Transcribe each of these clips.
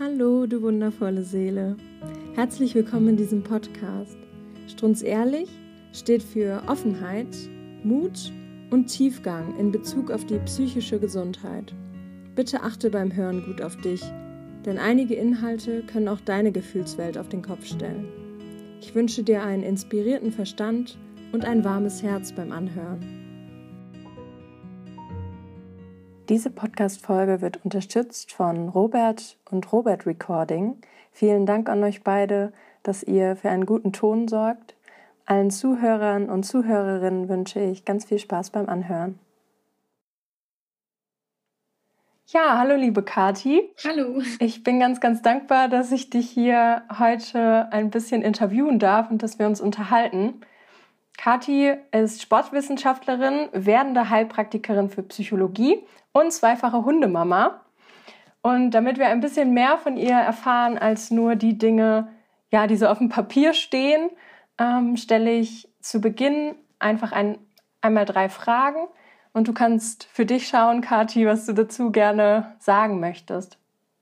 Hallo, du wundervolle Seele. Herzlich willkommen in diesem Podcast. Strunzehrlich steht für Offenheit, Mut und Tiefgang in Bezug auf die psychische Gesundheit. Bitte achte beim Hören gut auf dich, denn einige Inhalte können auch deine Gefühlswelt auf den Kopf stellen. Ich wünsche dir einen inspirierten Verstand und ein warmes Herz beim Anhören. Diese Podcast-Folge wird unterstützt von Robert und Robert Recording. Vielen Dank an euch beide, dass ihr für einen guten Ton sorgt. Allen Zuhörern und Zuhörerinnen wünsche ich ganz viel Spaß beim Anhören. Ja, hallo liebe Kathi. Hallo. Ich bin ganz, ganz dankbar, dass ich dich hier heute ein bisschen interviewen darf und dass wir uns unterhalten. Kathi ist Sportwissenschaftlerin, werdende Heilpraktikerin für Psychologie und zweifache Hundemama. Und damit wir ein bisschen mehr von ihr erfahren als nur die Dinge, die so auf dem Papier stehen, stelle ich zu Beginn einfach einmal 3 Fragen. Und du kannst für dich schauen, Kathi, was du dazu gerne sagen möchtest.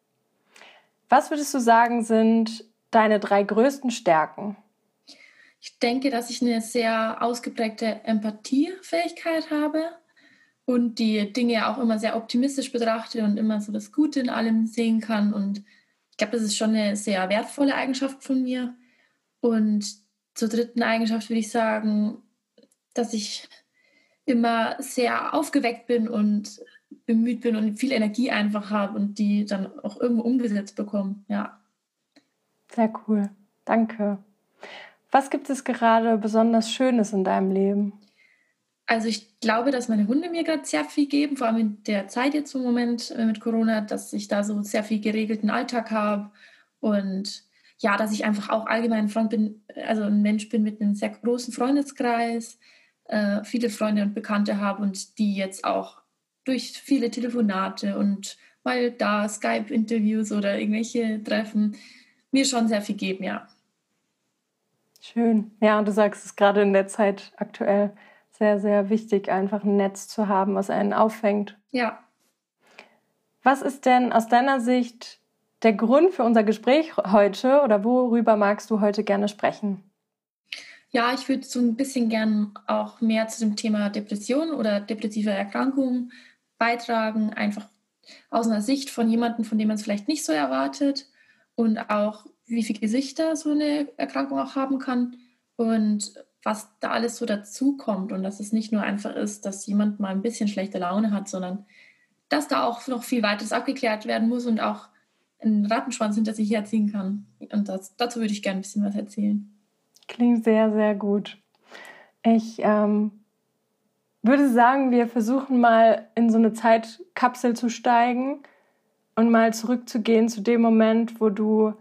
Was würdest du sagen, sind deine 3 größten Stärken? Ich denke, dass ich eine sehr ausgeprägte Empathiefähigkeit habe und die Dinge auch immer sehr optimistisch betrachte und immer so das Gute in allem sehen kann. Und ich glaube, das ist schon eine sehr wertvolle Eigenschaft von mir. Und zur 3. Eigenschaft würde ich sagen, dass ich immer sehr aufgeweckt bin und bemüht bin und viel Energie einfach habe und die dann auch irgendwo umgesetzt bekomme. Ja. Sehr cool. Danke. Was gibt es gerade besonders Schönes in deinem Leben? Also ich glaube, dass meine Hunde mir gerade sehr viel geben, vor allem in der Zeit jetzt im Moment mit Corona, dass ich da so sehr viel geregelten Alltag habe und ja, dass ich einfach auch allgemein ein Mensch bin mit einem sehr großen Freundeskreis, viele Freunde und Bekannte habe und die jetzt auch durch viele Telefonate und mal da Skype-Interviews oder irgendwelche Treffen mir schon sehr viel geben, ja. Schön. Ja, und du sagst es gerade in der Zeit aktuell sehr, sehr wichtig, einfach ein Netz zu haben, was einen auffängt. Ja. Was ist denn aus deiner Sicht der Grund für unser Gespräch heute oder worüber magst du heute gerne sprechen? Ja, ich würde so ein bisschen gern auch mehr zu dem Thema Depression oder depressive Erkrankungen beitragen, einfach aus einer Sicht von jemandem, von dem man es vielleicht nicht so erwartet und auch, wie viele Gesichter so eine Erkrankung auch haben kann und was da alles so dazukommt und dass es nicht nur einfach ist, dass jemand mal ein bisschen schlechte Laune hat, sondern dass da auch noch viel weiteres abgeklärt werden muss und auch einen Rattenschwanz hinter sich herziehen kann. Und dazu würde ich gerne ein bisschen was erzählen. Klingt sehr, sehr gut. Ich würde sagen, wir versuchen mal in so eine Zeitkapsel zu steigen und mal zurückzugehen zu dem Moment, wo du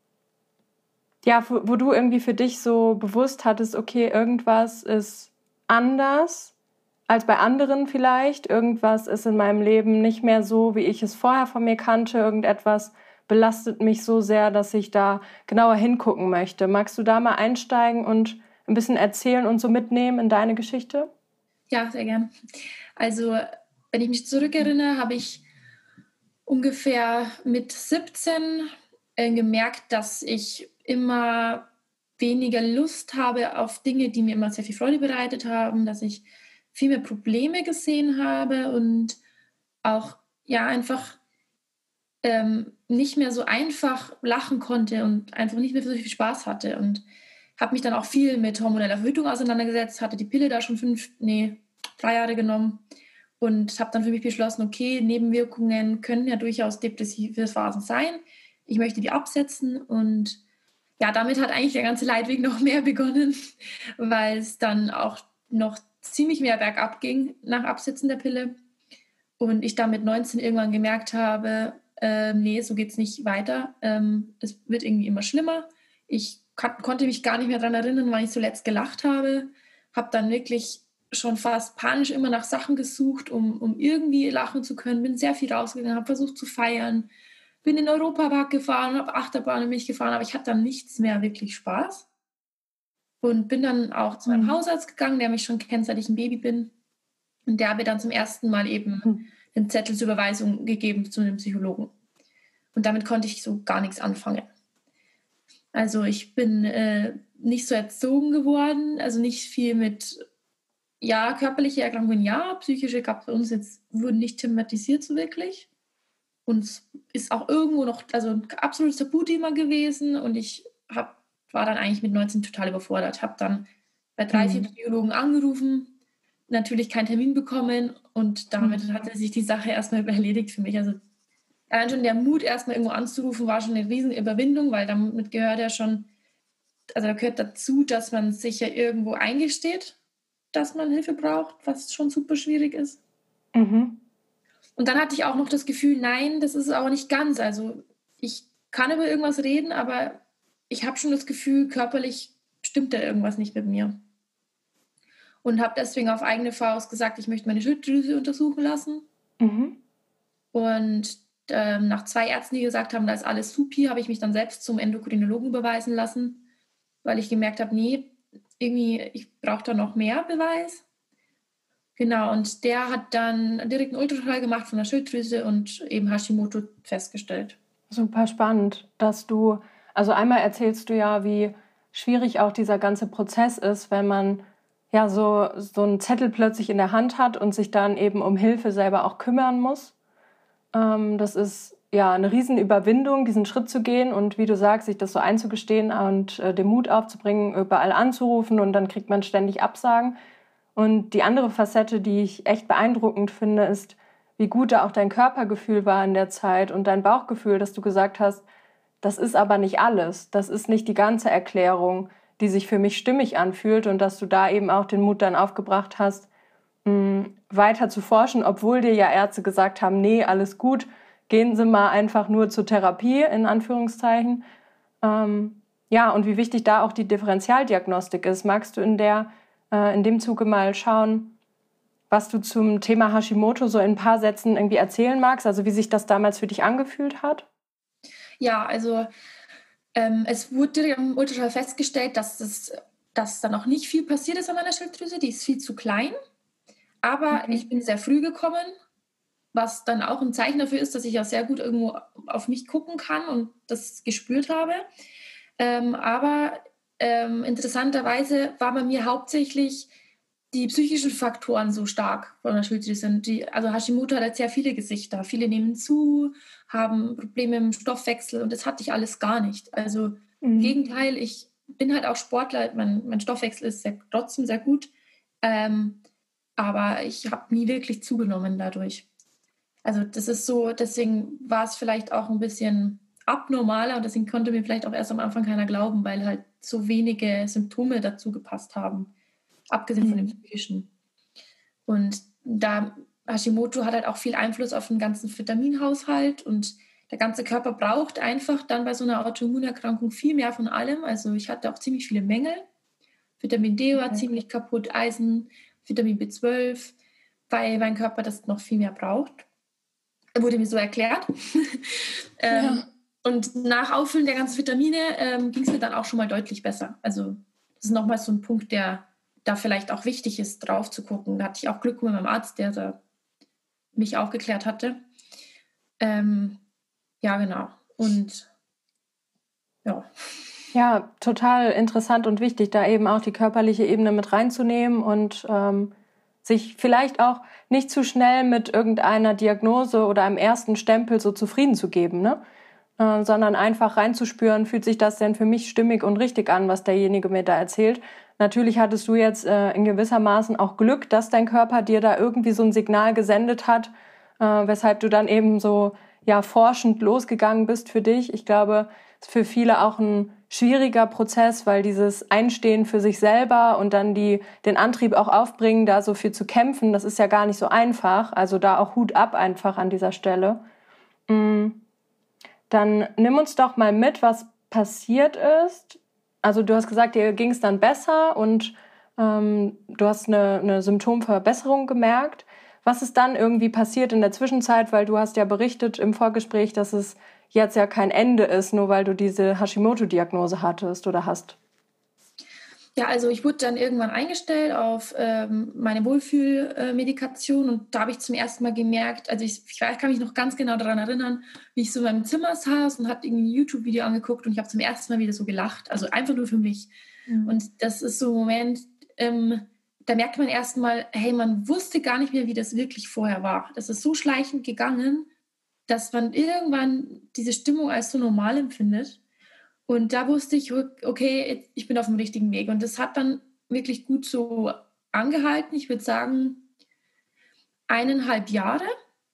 irgendwie für dich so bewusst hattest, okay, irgendwas ist anders als bei anderen vielleicht. Irgendwas ist in meinem Leben nicht mehr so, wie ich es vorher von mir kannte. Irgendetwas belastet mich so sehr, dass ich da genauer hingucken möchte. Magst du da mal einsteigen und ein bisschen erzählen und so mitnehmen in deine Geschichte? Ja, sehr gern. Also, wenn ich mich zurückerinnere, habe ich ungefähr mit 17 gemerkt, dass ich immer weniger Lust habe auf Dinge, die mir immer sehr viel Freude bereitet haben, dass ich viel mehr Probleme gesehen habe und auch einfach nicht mehr so einfach lachen konnte und einfach nicht mehr so viel Spaß hatte und habe mich dann auch viel mit hormoneller Verhütung auseinandergesetzt, hatte die Pille da schon 3 Jahre genommen und habe dann für mich beschlossen, okay, Nebenwirkungen können ja durchaus depressive Phasen sein. Ich möchte die absetzen und ja, damit hat eigentlich der ganze Leidweg noch mehr begonnen, weil es dann auch noch ziemlich mehr bergab ging nach Absetzen der Pille und ich dann mit 19 irgendwann gemerkt habe, nee, so geht es nicht weiter. Es wird irgendwie immer schlimmer. Ich konnte mich gar nicht mehr daran erinnern, wann ich zuletzt gelacht habe. Habe dann wirklich schon fast panisch immer nach Sachen gesucht, um irgendwie lachen zu können. Bin sehr viel rausgegangen, habe versucht zu feiern. Bin in den Europapark gefahren, habe Achterbahn in mich gefahren, aber ich hatte dann nichts mehr wirklich Spaß. Und bin dann auch zu meinem Hausarzt gegangen, der mich schon kennt, seit ich ein Baby bin. Und der hat mir dann zum ersten Mal eben einen Zettel zur Überweisung gegeben zu einem Psychologen. Und damit konnte ich so gar nichts anfangen. Also ich bin nicht so erzogen geworden, also nicht viel mit, ja, körperliche Erkrankungen, ja, psychische gab es bei uns jetzt, wurden nicht thematisiert so wirklich. Und es ist auch irgendwo noch, also ein absolutes Tabuthema gewesen und war dann eigentlich mit 19 total überfordert. Habe dann bei 3, 4 Psychologen angerufen, natürlich keinen Termin bekommen und damit hatte sich die Sache erstmal erledigt für mich. Also allein schon der Mut, erstmal irgendwo anzurufen, war schon eine riesen Überwindung, weil damit gehört ja schon, also da gehört dazu, dass man sich ja irgendwo eingesteht, dass man Hilfe braucht, was schon super schwierig ist. Mhm. Und dann hatte ich auch noch das Gefühl, nein, das ist aber nicht ganz. Also ich kann über irgendwas reden, aber ich habe schon das Gefühl, körperlich stimmt da irgendwas nicht mit mir. Und habe deswegen auf eigene Faust gesagt, ich möchte meine Schilddrüse untersuchen lassen. Mhm. Und nach 2 Ärzten, die gesagt haben, da ist alles supi, habe ich mich dann selbst zum Endokrinologen überweisen lassen, weil ich gemerkt habe, nee, irgendwie, ich brauche da noch mehr Beweis. Genau, und der hat dann direkt einen Ultraschall gemacht von der Schilddrüse und eben Hashimoto festgestellt. Super spannend, dass du, also einmal erzählst du ja, wie schwierig auch dieser ganze Prozess ist, wenn man ja so einen Zettel plötzlich in der Hand hat und sich dann eben um Hilfe selber auch kümmern muss. Das ist ja eine Riesenüberwindung, diesen Schritt zu gehen und wie du sagst, sich das so einzugestehen und den Mut aufzubringen, überall anzurufen und dann kriegt man ständig Absagen. Und die andere Facette, die ich echt beeindruckend finde, ist, wie gut da auch dein Körpergefühl war in der Zeit und dein Bauchgefühl, dass du gesagt hast, das ist aber nicht alles, das ist nicht die ganze Erklärung, die sich für mich stimmig anfühlt und dass du da eben auch den Mut dann aufgebracht hast, weiter zu forschen, obwohl dir ja Ärzte gesagt haben, nee, alles gut, gehen Sie mal einfach nur zur Therapie, in Anführungszeichen. Ja, und wie wichtig da auch die Differentialdiagnostik ist. Magst du in dem Zuge mal schauen, was du zum Thema Hashimoto so in ein paar Sätzen irgendwie erzählen magst, also wie sich das damals für dich angefühlt hat? Ja, also es wurde direkt am Ultraschall festgestellt, dass da noch nicht viel passiert ist an meiner Schilddrüse, die ist viel zu klein. Aber ich bin sehr früh gekommen, was dann auch ein Zeichen dafür ist, dass ich ja sehr gut irgendwo auf mich gucken kann und das gespürt habe. Aber interessanterweise war bei mir hauptsächlich die psychischen Faktoren so stark von der Schilddrüse. Also Hashimoto hat halt sehr viele Gesichter. Viele nehmen zu, haben Probleme im Stoffwechsel und das hatte ich alles gar nicht. Also im Gegenteil, ich bin halt auch Sportler, mein Stoffwechsel ist trotzdem sehr gut. Aber ich habe nie wirklich zugenommen dadurch. Also das ist so, deswegen war es vielleicht auch ein bisschen abnormaler und deswegen konnte mir vielleicht auch erst am Anfang keiner glauben, weil halt so wenige Symptome dazu gepasst haben, abgesehen von dem psychischen. Und da Hashimoto hat halt auch viel Einfluss auf den ganzen Vitaminhaushalt und der ganze Körper braucht einfach dann bei so einer Autoimmunerkrankung viel mehr von allem. Also ich hatte auch ziemlich viele Mängel. Vitamin D war ziemlich kaputt, Eisen, Vitamin B12, weil mein Körper das noch viel mehr braucht. Wurde mir so erklärt. Und nach Auffüllen der ganzen Vitamine ging es mir dann auch schon mal deutlich besser. Also das ist nochmal so ein Punkt, der da vielleicht auch wichtig ist, drauf zu gucken. Da hatte ich auch Glück mit meinem Arzt, der da mich aufgeklärt hatte. Ja, genau. Und ja. Ja, total interessant und wichtig, da eben auch die körperliche Ebene mit reinzunehmen und sich vielleicht auch nicht zu schnell mit irgendeiner Diagnose oder einem ersten Stempel so zufrieden zu geben, ne? Sondern einfach reinzuspüren, fühlt sich das denn für mich stimmig und richtig an, was derjenige mir da erzählt. Natürlich hattest du jetzt in gewissermaßen auch Glück, dass dein Körper dir da irgendwie so ein Signal gesendet hat, weshalb du dann eben so ja forschend losgegangen bist für dich. Ich glaube, es ist für viele auch ein schwieriger Prozess, weil dieses Einstehen für sich selber und dann den Antrieb auch aufbringen, da so viel zu kämpfen, das ist ja gar nicht so einfach. Also da auch Hut ab einfach an dieser Stelle. Dann nimm uns doch mal mit, was passiert ist. Also du hast gesagt, dir ging es dann besser und du hast eine Symptomverbesserung gemerkt. Was ist dann irgendwie passiert in der Zwischenzeit? Weil du hast ja berichtet im Vorgespräch, dass es jetzt ja kein Ende ist, nur weil du diese Hashimoto-Diagnose hattest oder hast. Ja, also ich wurde dann irgendwann eingestellt auf meine Wohlfühlmedikation und da habe ich zum ersten Mal gemerkt, also kann mich noch ganz genau daran erinnern, wie ich so in meinem Zimmer saß und habe irgendwie ein YouTube-Video angeguckt und ich habe zum ersten Mal wieder so gelacht, also einfach nur für mich. Mhm. Und das ist so ein Moment, da merkt man erstmal, hey, man wusste gar nicht mehr, wie das wirklich vorher war. Das ist so schleichend gegangen, dass man irgendwann diese Stimmung als so normal empfindet. Und da wusste ich, okay, ich bin auf dem richtigen Weg. Und das hat dann wirklich gut so angehalten. Ich würde sagen, 1,5 Jahre,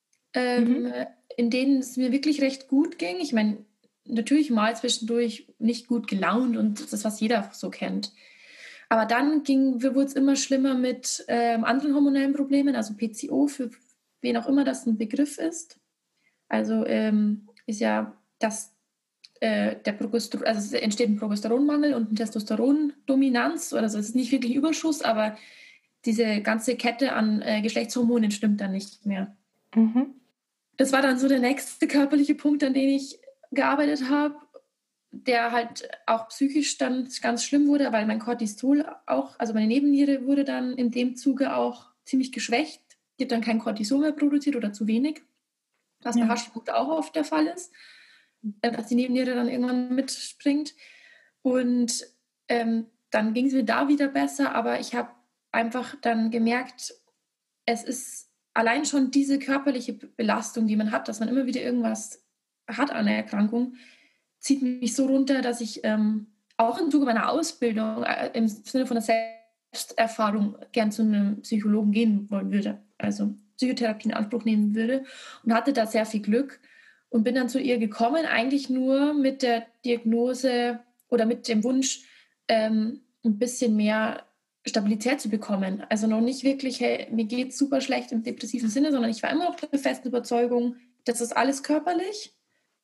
in denen es mir wirklich recht gut ging. Ich meine, natürlich mal zwischendurch nicht gut gelaunt und das, was jeder so kennt. Aber dann wurde es immer schlimmer mit anderen hormonellen Problemen, also PCO, für wen auch immer das ein Begriff ist. Also ist ja das also es entsteht ein Progesteronmangel und eine Testosterondominanz, also es ist nicht wirklich Überschuss, aber diese ganze Kette an Geschlechtshormonen stimmt dann nicht mehr. Mhm. Das war dann so der nächste körperliche Punkt, an dem ich gearbeitet habe, der halt auch psychisch dann ganz schlimm wurde, weil mein Cortisol auch, also meine Nebenniere wurde dann in dem Zuge auch ziemlich geschwächt. Die hat dann kein Cortisol mehr produziert oder zu wenig, was bei Hashimoto auch oft der Fall ist, dass die Nebenniere dann irgendwann mitspringt. Und dann ging es mir da wieder besser, aber ich habe einfach dann gemerkt, es ist allein schon diese körperliche Belastung, die man hat, dass man immer wieder irgendwas hat an der Erkrankung, zieht mich so runter, dass ich auch im Zuge meiner Ausbildung im Sinne von der Selbsterfahrung gern zu einem Psychologen gehen wollen würde, also Psychotherapie in Anspruch nehmen würde und hatte da sehr viel Glück und bin dann zu ihr gekommen, eigentlich nur mit der Diagnose oder mit dem Wunsch, ein bisschen mehr Stabilität zu bekommen. Also noch nicht wirklich, hey, mir geht es super schlecht im depressiven Sinne, sondern ich war immer noch der festen Überzeugung, das ist alles körperlich,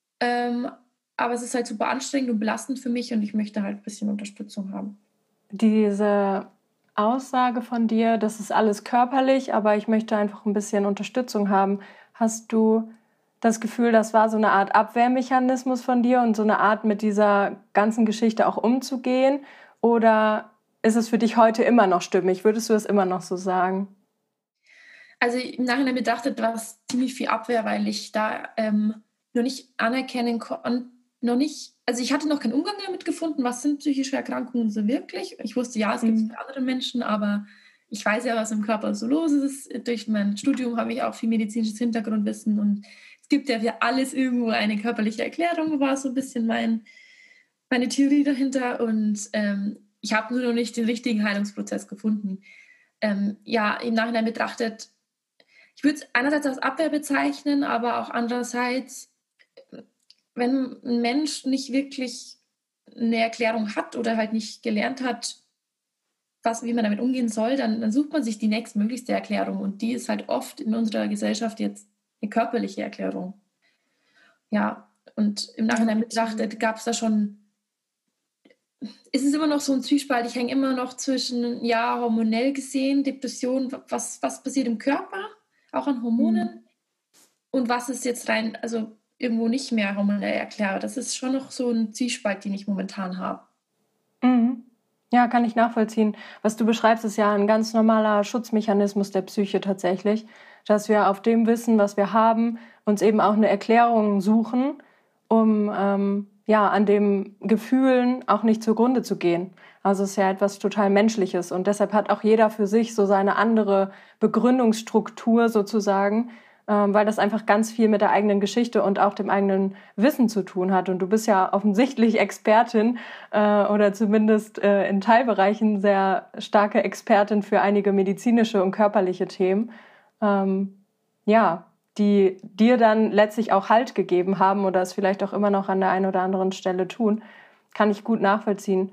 aber es ist halt super anstrengend und belastend für mich und ich möchte halt ein bisschen Unterstützung haben. Diese Aussage von dir, das ist alles körperlich, aber ich möchte einfach ein bisschen Unterstützung haben. Hast du das Gefühl, das war so eine Art Abwehrmechanismus von dir und so eine Art, mit dieser ganzen Geschichte auch umzugehen? Oder ist es für dich heute immer noch stimmig? Würdest du es immer noch so sagen? Also im Nachhinein betrachtet war es ziemlich viel Abwehr, weil ich da noch nicht anerkennen konnte, also ich hatte noch keinen Umgang damit gefunden, was sind psychische Erkrankungen so wirklich. Ich wusste, ja, es gibt es bei anderen Menschen, aber ich weiß ja, was im Körper so los ist. Durch mein Studium habe ich auch viel medizinisches Hintergrundwissen und es gibt ja für alles irgendwo eine körperliche Erklärung, war so ein bisschen meine Theorie dahinter und ich habe nur noch nicht den richtigen Heilungsprozess gefunden. Ja, im Nachhinein betrachtet, ich würde es einerseits als Abwehr bezeichnen, aber auch andererseits, wenn ein Mensch nicht wirklich eine Erklärung hat oder halt nicht gelernt hat, wie man damit umgehen soll, dann sucht man sich die nächstmöglichste Erklärung und die ist halt oft in unserer Gesellschaft jetzt eine körperliche Erklärung. Ja, und im Nachhinein betrachtet gab es da schon, ist es immer noch so ein Zwiespalt, ich hänge immer noch zwischen, ja, hormonell gesehen, Depression, was passiert im Körper, auch an Hormonen und was ist jetzt rein, also irgendwo nicht mehr hormonell erklärt. Das ist schon noch so ein Zwiespalt, den ich momentan habe. Mhm. Ja, kann ich nachvollziehen. Was du beschreibst, ist ja ein ganz normaler Schutzmechanismus der Psyche tatsächlich, dass wir auf dem Wissen, was wir haben, uns eben auch eine Erklärung suchen, um an den Gefühlen auch nicht zugrunde zu gehen. Also es ist ja etwas total Menschliches und deshalb hat auch jeder für sich so seine andere Begründungsstruktur sozusagen, weil das einfach ganz viel mit der eigenen Geschichte und auch dem eigenen Wissen zu tun hat. Und du bist ja offensichtlich Expertin oder zumindest in Teilbereichen sehr starke Expertin für einige medizinische und körperliche Themen. Die dir dann letztlich auch Halt gegeben haben oder es vielleicht auch immer noch an der einen oder anderen Stelle tun, kann ich gut nachvollziehen.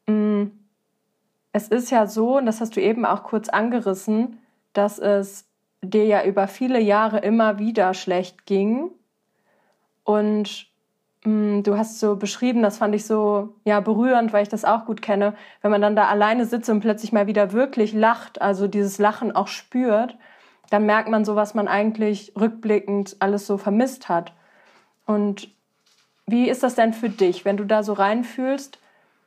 Es ist ja so, und das hast du eben auch kurz angerissen, dass es dir ja über viele Jahre immer wieder schlecht ging. Und du hast so beschrieben, das fand ich so berührend, weil ich das auch gut kenne, wenn man dann da alleine sitzt und plötzlich mal wieder wirklich lacht, also dieses Lachen auch spürt, dann merkt man so, was man eigentlich rückblickend alles so vermisst hat. Und wie ist das denn für dich, wenn du da so reinfühlst?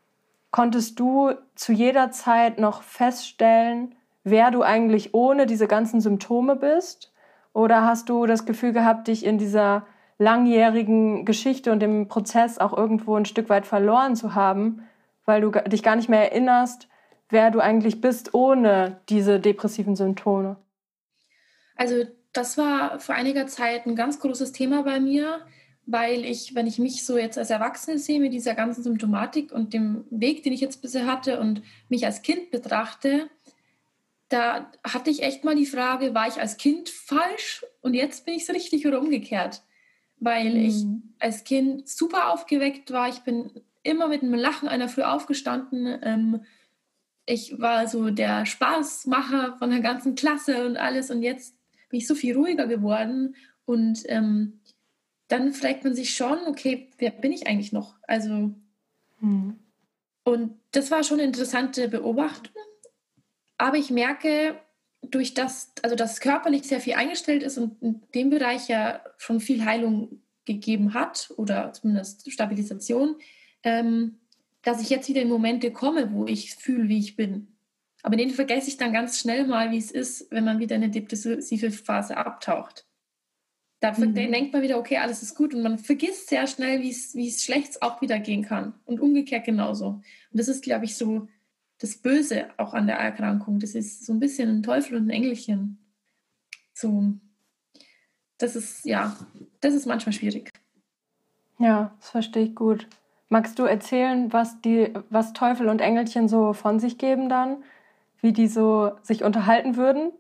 konntest du zu jeder Zeit noch feststellen, wer du eigentlich ohne diese ganzen Symptome bist? Oder hast du das Gefühl gehabt, dich in dieser langjährigen Geschichte und dem Prozess auch irgendwo ein Stück weit verloren zu haben, weil du dich gar nicht mehr erinnerst, wer du eigentlich bist ohne diese depressiven Symptome? Also das war vor einiger Zeit ein ganz großes Thema bei mir, weil ich, wenn ich mich so jetzt als Erwachsene sehe mit dieser ganzen Symptomatik und dem Weg, den ich jetzt bisher hatte und mich als Kind betrachte, da hatte ich echt mal die Frage, war ich als Kind falsch und jetzt bin ich es richtig oder umgekehrt? Weil ich als Kind super aufgeweckt war. Ich bin immer mit einem Lachen einer Früh aufgestanden. Ich war so der Spaßmacher von der ganzen Klasse und alles. Und jetzt bin ich so viel ruhiger geworden. Und dann fragt man sich schon, okay, wer bin ich eigentlich noch? Also, und das war schon eine interessante Beobachtung. Aber ich merke, durch das, also dass körperlich sehr viel eingestellt ist und in dem Bereich ja schon viel Heilung gegeben hat oder zumindest Stabilisation, dass ich jetzt wieder in Momente komme, wo ich fühle, wie ich bin. Aber in denen vergesse ich dann ganz schnell mal, wie es ist, wenn man wieder in eine depressive Phase abtaucht. Da denkt man wieder, okay, alles ist gut und man vergisst sehr schnell, wie es schlecht auch wieder gehen kann und umgekehrt genauso. Und das ist, glaube ich, so das Böse auch an der Erkrankung. Das ist so ein bisschen ein Teufel und ein Engelchen. So, das ist manchmal schwierig. Ja, das verstehe ich gut. Magst du erzählen, was Teufel und Engelchen so von sich geben dann? Wie die so sich unterhalten würden?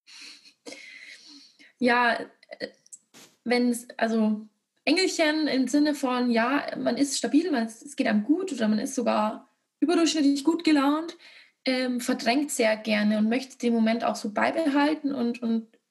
Ja, also Engelchen im Sinne von, ja, man ist stabil, es geht einem gut oder man ist sogar überdurchschnittlich gut gelaunt, verdrängt sehr gerne und möchte den Moment auch so beibehalten und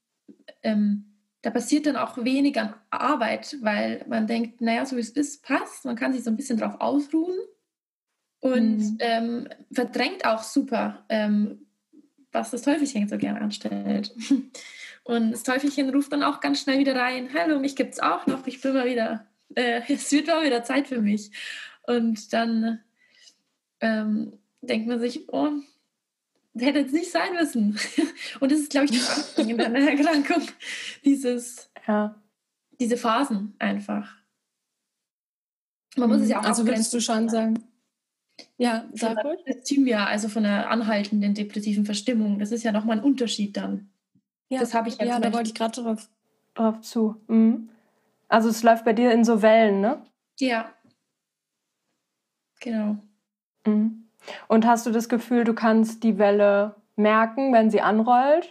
da passiert dann auch wenig an Arbeit, weil man denkt, naja, so wie es ist, passt, man kann sich so ein bisschen drauf ausruhen und verdrängt auch super, was das Teufelchen so gerne anstellt. Und das Teufelchen ruft dann auch ganz schnell wieder rein, hallo, mich gibt's auch noch, ich bin mal wieder, es wird mal wieder Zeit für mich. Und dann denkt man sich, oh, das hätte jetzt nicht sein müssen. Und das ist, glaube ich, das Anstrengende an der Erkrankung, diese Phasen einfach. Man muss es ja auch also würdest du schon sagen, ja, sag ruhig. Dysthymia, also von einer anhaltenden depressiven Verstimmung, das ist ja nochmal ein Unterschied dann. Ja, das habe ich ja, da wollte ich gerade drauf zu. Also es läuft bei dir in so Wellen, ne? Ja, genau. Und hast du das Gefühl, du kannst die Welle merken, wenn sie anrollt?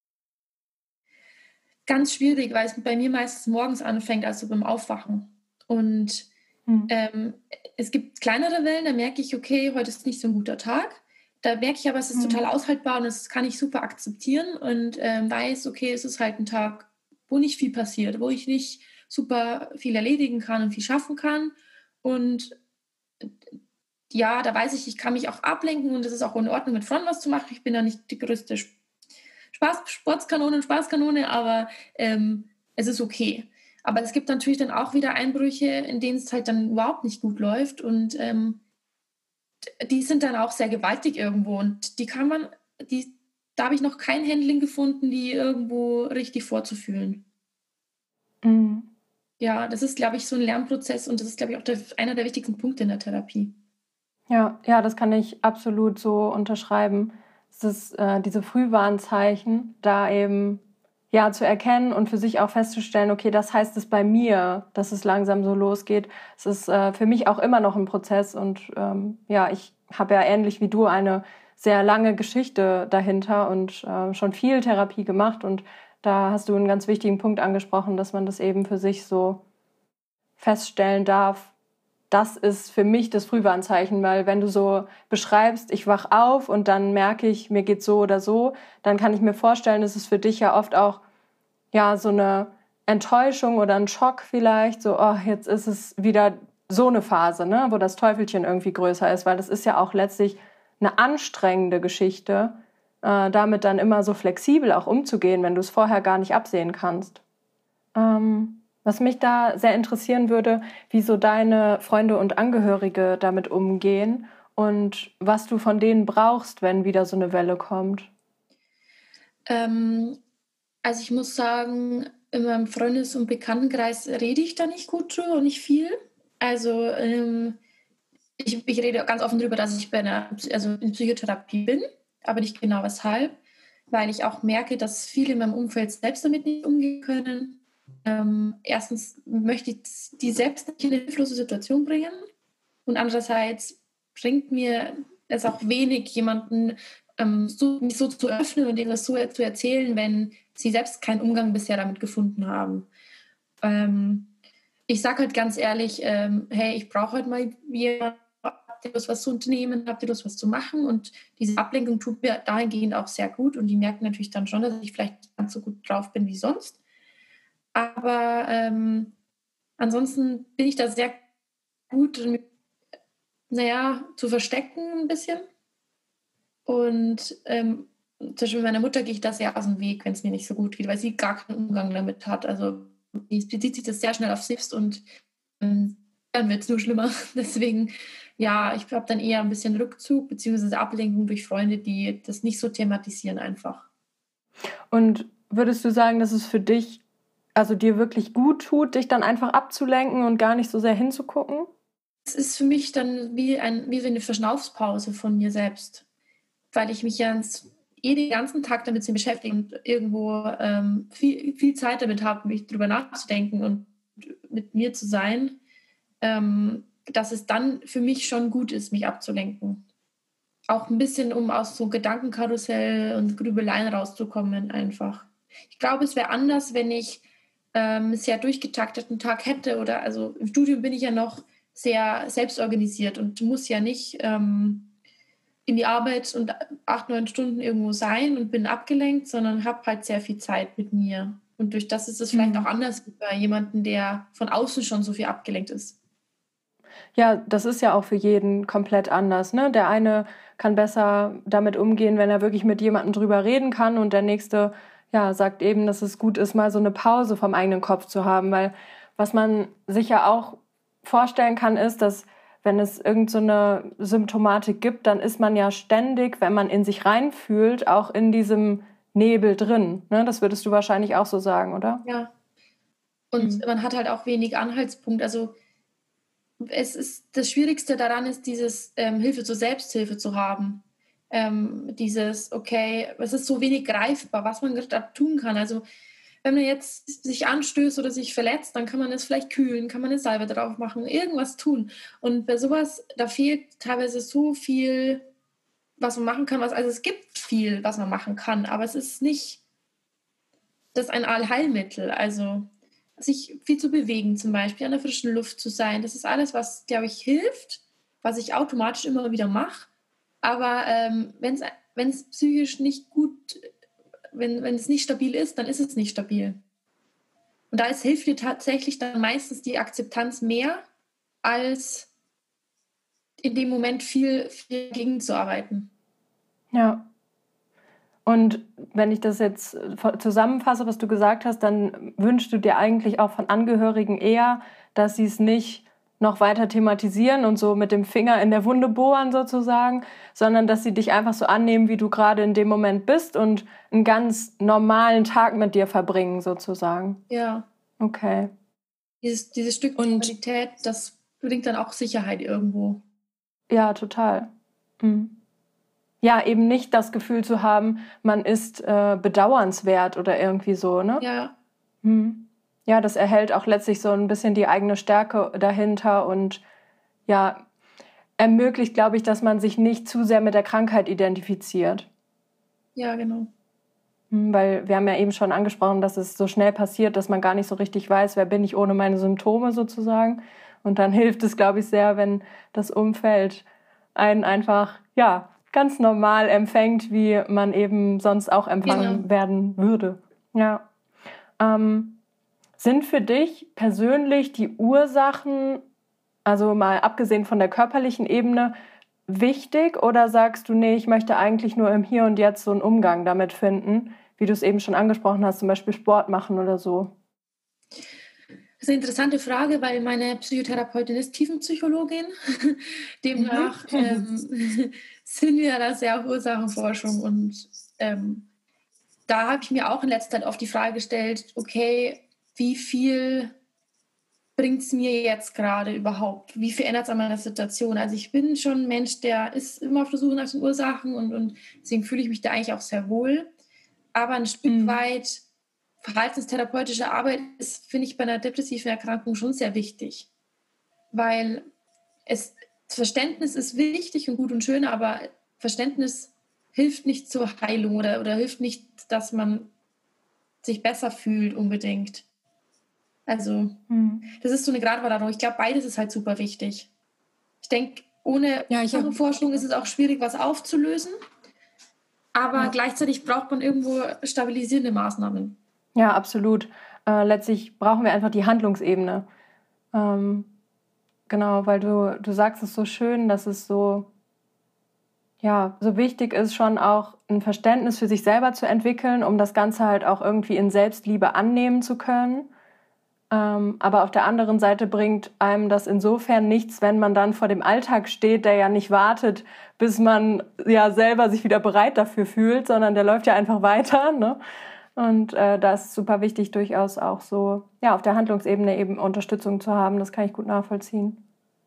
Ganz schwierig, weil es bei mir meistens morgens anfängt, also beim Aufwachen. Und es gibt kleinere Wellen, da merke ich, okay, heute ist nicht so ein guter Tag. Da merke ich aber, es ist total aushaltbar und das kann ich super akzeptieren und weiß, okay, es ist halt ein Tag, wo nicht viel passiert, wo ich nicht super viel erledigen kann und viel schaffen kann. Und ja, da weiß ich, ich kann mich auch ablenken und es ist auch in Ordnung, mit Freunden was zu machen. Ich bin da nicht die größte Spaßkanone, aber es ist okay. Aber es gibt natürlich dann auch wieder Einbrüche, in denen es halt dann überhaupt nicht gut läuft und die sind dann auch sehr gewaltig irgendwo und da habe ich noch kein Handling gefunden, die irgendwo richtig vorzufühlen. Ja, das ist, glaube ich, so ein Lernprozess und das ist, glaube ich, auch einer der wichtigsten Punkte in der Therapie. Ja, das kann ich absolut so unterschreiben. Es ist diese Frühwarnzeichen, da eben zu erkennen und für sich auch festzustellen, okay, das heißt es bei mir, dass es langsam so losgeht. Es ist für mich auch immer noch ein Prozess und ich habe ja ähnlich wie du eine sehr lange Geschichte dahinter und schon viel Therapie gemacht und da hast du einen ganz wichtigen Punkt angesprochen, dass man das eben für sich so feststellen darf. Das ist für mich das Frühwarnzeichen, weil wenn du so beschreibst, ich wach auf und dann merke ich, mir geht so oder so, dann kann ich mir vorstellen, dass es für dich ja oft auch so eine Enttäuschung oder ein Schock vielleicht, so, oh, jetzt ist es wieder so eine Phase, ne, wo das Teufelchen irgendwie größer ist, weil das ist ja auch letztlich eine anstrengende Geschichte, damit dann immer so flexibel auch umzugehen, wenn du es vorher gar nicht absehen kannst. Was mich da sehr interessieren würde, wie so deine Freunde und Angehörige damit umgehen und was du von denen brauchst, wenn wieder so eine Welle kommt? Also ich muss sagen, in meinem Freundes- und Bekanntenkreis rede ich da nicht gut drüber und nicht viel. Also ich rede ganz offen darüber, dass ich in Psychotherapie bin, aber nicht genau weshalb, weil ich auch merke, dass viele in meinem Umfeld selbst damit nicht umgehen können. Erstens möchte ich die selbst nicht in eine hilflose Situation bringen und andererseits bringt mir es auch wenig, jemanden mich so zu öffnen und ihnen das so zu erzählen, wenn sie selbst keinen Umgang bisher damit gefunden haben. Ich sage halt ganz ehrlich, hey, ich brauche halt mal jemanden, habt ihr Lust, was zu unternehmen, habt ihr Lust, was zu machen? Und diese Ablenkung tut mir dahingehend auch sehr gut und die merken natürlich dann schon, dass ich vielleicht nicht ganz so gut drauf bin wie sonst. Aber ansonsten bin ich da sehr gut, zu verstecken ein bisschen. Und zum Beispiel meiner Mutter gehe ich da sehr aus dem Weg, wenn es mir nicht so gut geht, weil sie gar keinen Umgang damit hat. Also die bezieht sich das sehr schnell auf selbst und dann wird es nur schlimmer. Deswegen, ja, ich habe dann eher ein bisschen Rückzug bzw. Ablenkung durch Freunde, die das nicht so thematisieren einfach. Und würdest du sagen, dass es für dich, also dir wirklich gut tut, dich dann einfach abzulenken und gar nicht so sehr hinzugucken? Es ist für mich dann wie so eine Verschnaufspause von mir selbst, weil ich mich ja den ganzen Tag damit beschäftige und irgendwo viel Zeit damit habe, mich drüber nachzudenken und mit mir zu sein, dass es dann für mich schon gut ist, mich abzulenken. Auch ein bisschen, um aus so Gedankenkarussell und Grübeleien rauszukommen einfach. Ich glaube, es wäre anders, wenn ich einen sehr durchgetakteten Tag hätte also im Studium bin ich ja noch sehr selbstorganisiert und muss ja nicht in die Arbeit und 8, 9 Stunden irgendwo sein und bin abgelenkt, sondern habe halt sehr viel Zeit mit mir. Und durch das ist es vielleicht auch anders wie bei jemandem, der von außen schon so viel abgelenkt ist. Ja, das ist ja auch für jeden komplett anders, ne? Der eine kann besser damit umgehen, wenn er wirklich mit jemandem drüber reden kann und der nächste, ja, sagt eben, dass es gut ist, mal so eine Pause vom eigenen Kopf zu haben, weil was man sich ja auch vorstellen kann, ist, dass wenn es irgend so eine Symptomatik gibt, dann ist man ja ständig, wenn man in sich reinfühlt, auch in diesem Nebel drin, ne? Das würdest du wahrscheinlich auch so sagen, oder? Ja. Und man hat halt auch wenig Anhaltspunkt. Also das Schwierigste daran ist, dieses Hilfe zur Selbsthilfe zu haben. Okay, es ist so wenig greifbar, was man gerade tun kann. Also wenn man jetzt sich anstößt oder sich verletzt, dann kann man es vielleicht kühlen, kann man eine Salbe drauf machen, irgendwas tun. Und bei sowas, da fehlt teilweise so viel, was man machen kann. Also es gibt viel, was man machen kann, aber es ist nicht ein Allheilmittel. Also sich viel zu bewegen, zum Beispiel an der frischen Luft zu sein, das ist alles, was, glaube ich, hilft, was ich automatisch immer wieder mache. Aber wenn es psychisch nicht gut, wenn es nicht stabil ist, dann ist es nicht stabil. Und da hilft dir tatsächlich dann meistens die Akzeptanz mehr, als in dem Moment viel gegenzuarbeiten. Ja. Und wenn ich das jetzt zusammenfasse, was du gesagt hast, dann wünschst du dir eigentlich auch von Angehörigen eher, dass sie es nicht noch weiter thematisieren und so mit dem Finger in der Wunde bohren sozusagen, sondern dass sie dich einfach so annehmen, wie du gerade in dem Moment bist und einen ganz normalen Tag mit dir verbringen sozusagen. Ja. Okay. Dieses Stück Normalität, das bringt dann auch Sicherheit irgendwo. Ja, total. Ja, eben nicht das Gefühl zu haben, man ist bedauernswert oder irgendwie so, ne? Ja. Ja, das erhält auch letztlich so ein bisschen die eigene Stärke dahinter und ja, ermöglicht, glaube ich, dass man sich nicht zu sehr mit der Krankheit identifiziert. Ja, genau. Weil wir haben ja eben schon angesprochen, dass es so schnell passiert, dass man gar nicht so richtig weiß, wer bin ich ohne meine Symptome sozusagen. Und dann hilft es, glaube ich, sehr, wenn das Umfeld einen einfach, ja, ganz normal empfängt, wie man eben sonst auch empfangen werden würde. Ja. Sind für dich persönlich die Ursachen, also mal abgesehen von der körperlichen Ebene, wichtig oder sagst du, nee, ich möchte eigentlich nur im Hier und Jetzt so einen Umgang damit finden, wie du es eben schon angesprochen hast, zum Beispiel Sport machen oder so? Das ist eine interessante Frage, weil meine Psychotherapeutin ist Tiefenpsychologin. Demnach sind wir da sehr auf Ursachenforschung und da habe ich mir auch in letzter Zeit oft die Frage gestellt, okay, wie viel bringt es mir jetzt gerade überhaupt? Wie viel ändert es an meiner Situation? Also ich bin schon ein Mensch, der ist immer auf der Suche nach den Ursachen und deswegen fühle ich mich da eigentlich auch sehr wohl. Aber ein Stück weit verhaltenstherapeutische Arbeit ist, finde ich, bei einer depressiven Erkrankung schon sehr wichtig. Weil das Verständnis ist wichtig und gut und schön, aber Verständnis hilft nicht zur Heilung oder hilft nicht, dass man sich besser fühlt unbedingt. Also das ist so eine Gratwanderung. Ich glaube, beides ist halt super wichtig. Ich denke, ohne Ursachenforschung ist es auch schwierig, was aufzulösen. Aber gleichzeitig braucht man irgendwo stabilisierende Maßnahmen. Ja, absolut. Letztlich brauchen wir einfach die Handlungsebene. Genau, weil du sagst es so schön, dass es so wichtig ist, schon auch ein Verständnis für sich selber zu entwickeln, um das Ganze halt auch irgendwie in Selbstliebe annehmen zu können. Aber auf der anderen Seite bringt einem das insofern nichts, wenn man dann vor dem Alltag steht, der ja nicht wartet, bis man ja selber sich wieder bereit dafür fühlt, sondern der läuft ja einfach weiter, ne? Und da ist es super wichtig, durchaus auch so auf der Handlungsebene eben Unterstützung zu haben. Das kann ich gut nachvollziehen.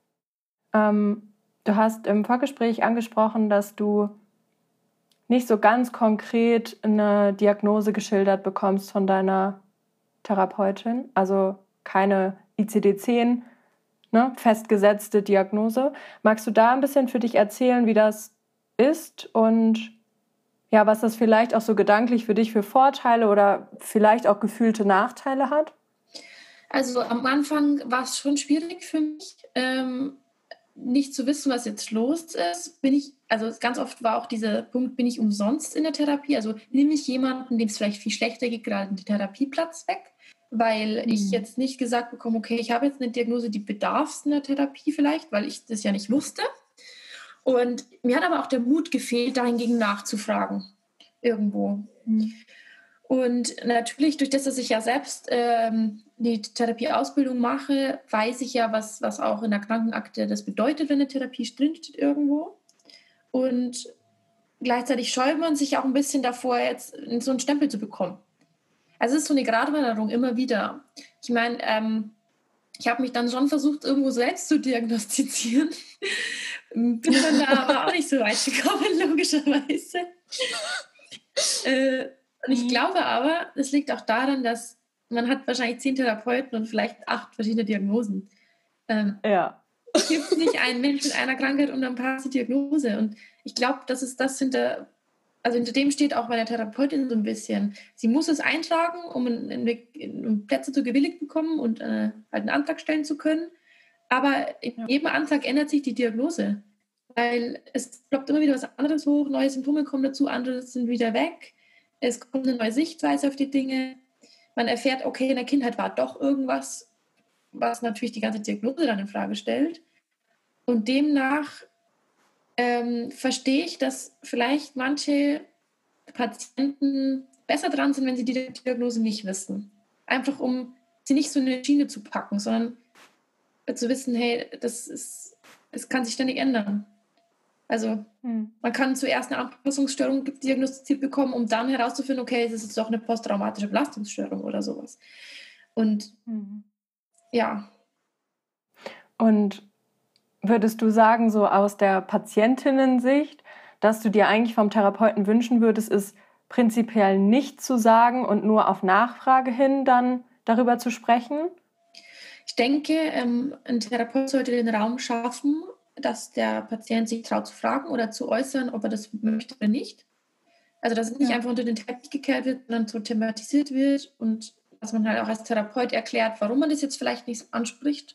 Du hast im Vorgespräch angesprochen, dass du nicht so ganz konkret eine Diagnose geschildert bekommst von deiner Therapeutin, also keine ICD-10, ne, festgesetzte Diagnose. Magst du da ein bisschen für dich erzählen, wie das ist und was das vielleicht auch so gedanklich für dich für Vorteile oder vielleicht auch gefühlte Nachteile hat? Also am Anfang war es schon schwierig für mich, nicht zu wissen, was jetzt los ist. Also ganz oft war auch dieser Punkt, bin ich umsonst in der Therapie? Also nehme ich jemanden, dem es vielleicht viel schlechter geht, gerade den Therapieplatz weg? Weil ich jetzt nicht gesagt bekomme, okay, ich habe jetzt eine Diagnose, die bedarf in der Therapie vielleicht, weil ich das ja nicht wusste. Und mir hat aber auch der Mut gefehlt, dahingegen nachzufragen. Irgendwo. Und natürlich, durch das, dass ich ja selbst die Therapieausbildung mache, weiß ich ja, was auch in der Krankenakte das bedeutet, wenn eine Therapie drinsteht irgendwo. Und gleichzeitig scheut man sich auch ein bisschen davor, jetzt so einen Stempel zu bekommen. Also es ist so eine Gratwanderung immer wieder. Ich meine, ich habe mich dann schon versucht, irgendwo selbst zu diagnostizieren. Bin dann da aber auch nicht so weit gekommen, logischerweise. Und ich glaube aber, es liegt auch daran, dass man hat wahrscheinlich 10 Therapeuten und vielleicht 8 verschiedene Diagnosen. Es gibt nicht einen Mensch mit einer Krankheit und dann passt die Diagnose. Und ich glaube, das ist das hinter dem steht auch meine Therapeutin so ein bisschen. Sie muss es eintragen, um Plätze zu gewilligt bekommen und halt einen Antrag stellen zu können. Aber in jedem Antrag ändert sich die Diagnose. Weil es ploppt immer wieder was anderes hoch, neue Symptome kommen dazu, andere sind wieder weg. Es kommt eine neue Sichtweise auf die Dinge. Man erfährt, okay, in der Kindheit war doch irgendwas, was natürlich die ganze Diagnose dann in Frage stellt. Und demnach verstehe ich, dass vielleicht manche Patienten besser dran sind, wenn sie die Diagnose nicht wissen. Einfach um sie nicht so in eine Schiene zu packen, sondern zu wissen, hey, das kann sich ständig ändern. Also man kann zuerst eine Anpassungsstörung diagnostiziert bekommen, um dann herauszufinden, okay, es ist doch eine posttraumatische Belastungsstörung oder sowas. Und Und würdest du sagen, so aus der Patientinnensicht, dass du dir eigentlich vom Therapeuten wünschen würdest, ist prinzipiell nicht zu sagen und nur auf Nachfrage hin dann darüber zu sprechen? Ich denke, ein Therapeut sollte den Raum schaffen, dass der Patient sich traut zu fragen oder zu äußern, ob er das möchte oder nicht. Also dass es nicht einfach unter den Teppich gekehrt wird, sondern so thematisiert wird und dass man halt auch als Therapeut erklärt, warum man das jetzt vielleicht nicht anspricht.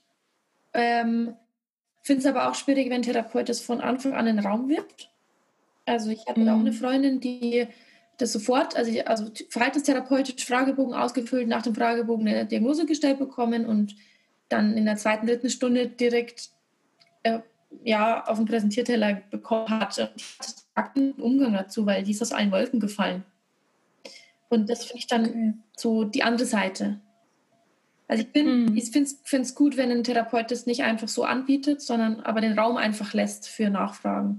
Finde es aber auch schwierig, wenn ein Therapeut das von Anfang an in den Raum wirft. Also ich hatte auch eine Freundin, die das sofort, also verhaltenstherapeutisch Fragebogen ausgefüllt, nach dem Fragebogen eine Diagnose gestellt bekommen und dann in der 2., 3. Stunde direkt auf den Präsentierteller bekommen hat. Und die hatte einen Umgang dazu, weil die ist aus allen Wolken gefallen. Und das finde ich dann so die andere Seite. Also ich finde es gut, wenn ein Therapeut das nicht einfach so anbietet, sondern aber den Raum einfach lässt für Nachfragen.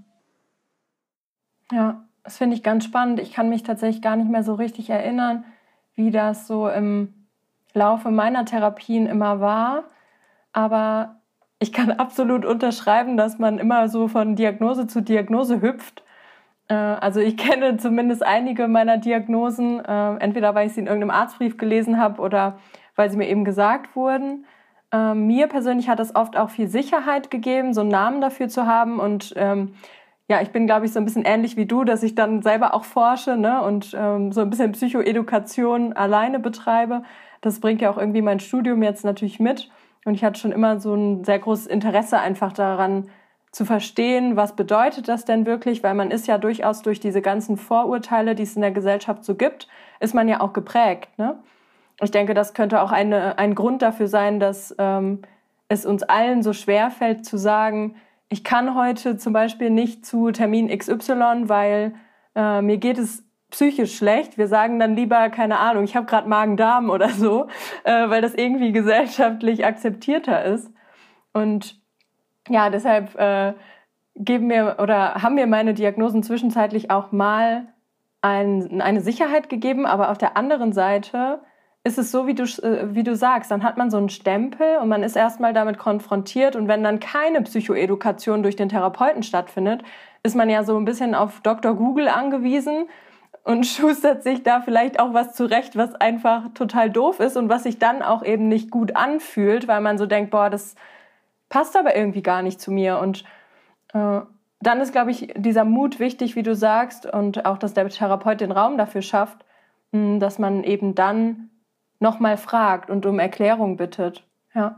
Ja, das finde ich ganz spannend. Ich kann mich tatsächlich gar nicht mehr so richtig erinnern, wie das so im Laufe meiner Therapien immer war. Aber ich kann absolut unterschreiben, dass man immer so von Diagnose zu Diagnose hüpft. Also ich kenne zumindest einige meiner Diagnosen, entweder weil ich sie in irgendeinem Arztbrief gelesen habe oder weil sie mir eben gesagt wurden. Mir persönlich hat es oft auch viel Sicherheit gegeben, so einen Namen dafür zu haben. Und ja, ich bin, glaube ich, so ein bisschen ähnlich wie du, dass ich dann selber auch forsche, ne, und so ein bisschen Psychoedukation alleine betreibe. Das bringt ja auch irgendwie mein Studium jetzt natürlich mit. Und ich hatte schon immer so ein sehr großes Interesse einfach daran, zu verstehen, was bedeutet das denn wirklich, weil man ist ja durchaus durch diese ganzen Vorurteile, die es in der Gesellschaft so gibt, ist man ja auch geprägt, ne? Ich denke, das könnte auch ein Grund dafür sein, dass es uns allen so schwer fällt zu sagen, ich kann heute zum Beispiel nicht zu Termin XY, weil mir geht es psychisch schlecht. Wir sagen dann lieber, keine Ahnung, ich habe gerade Magen-Darm oder so, weil das irgendwie gesellschaftlich akzeptierter ist. Und ja, deshalb haben mir meine Diagnosen zwischenzeitlich auch mal eine Sicherheit gegeben, aber auf der anderen Seite ist es so, wie du sagst, dann hat man so einen Stempel und man ist erstmal damit konfrontiert und wenn dann keine Psychoedukation durch den Therapeuten stattfindet, ist man ja so ein bisschen auf Dr. Google angewiesen und schustert sich da vielleicht auch was zurecht, was einfach total doof ist und was sich dann auch eben nicht gut anfühlt, weil man so denkt, boah, das passt aber irgendwie gar nicht zu mir. Und dann ist, glaube ich, dieser Mut wichtig, wie du sagst, und auch, dass der Therapeut den Raum dafür schafft, dass man eben dann nochmal fragt und um Erklärung bittet. Ja.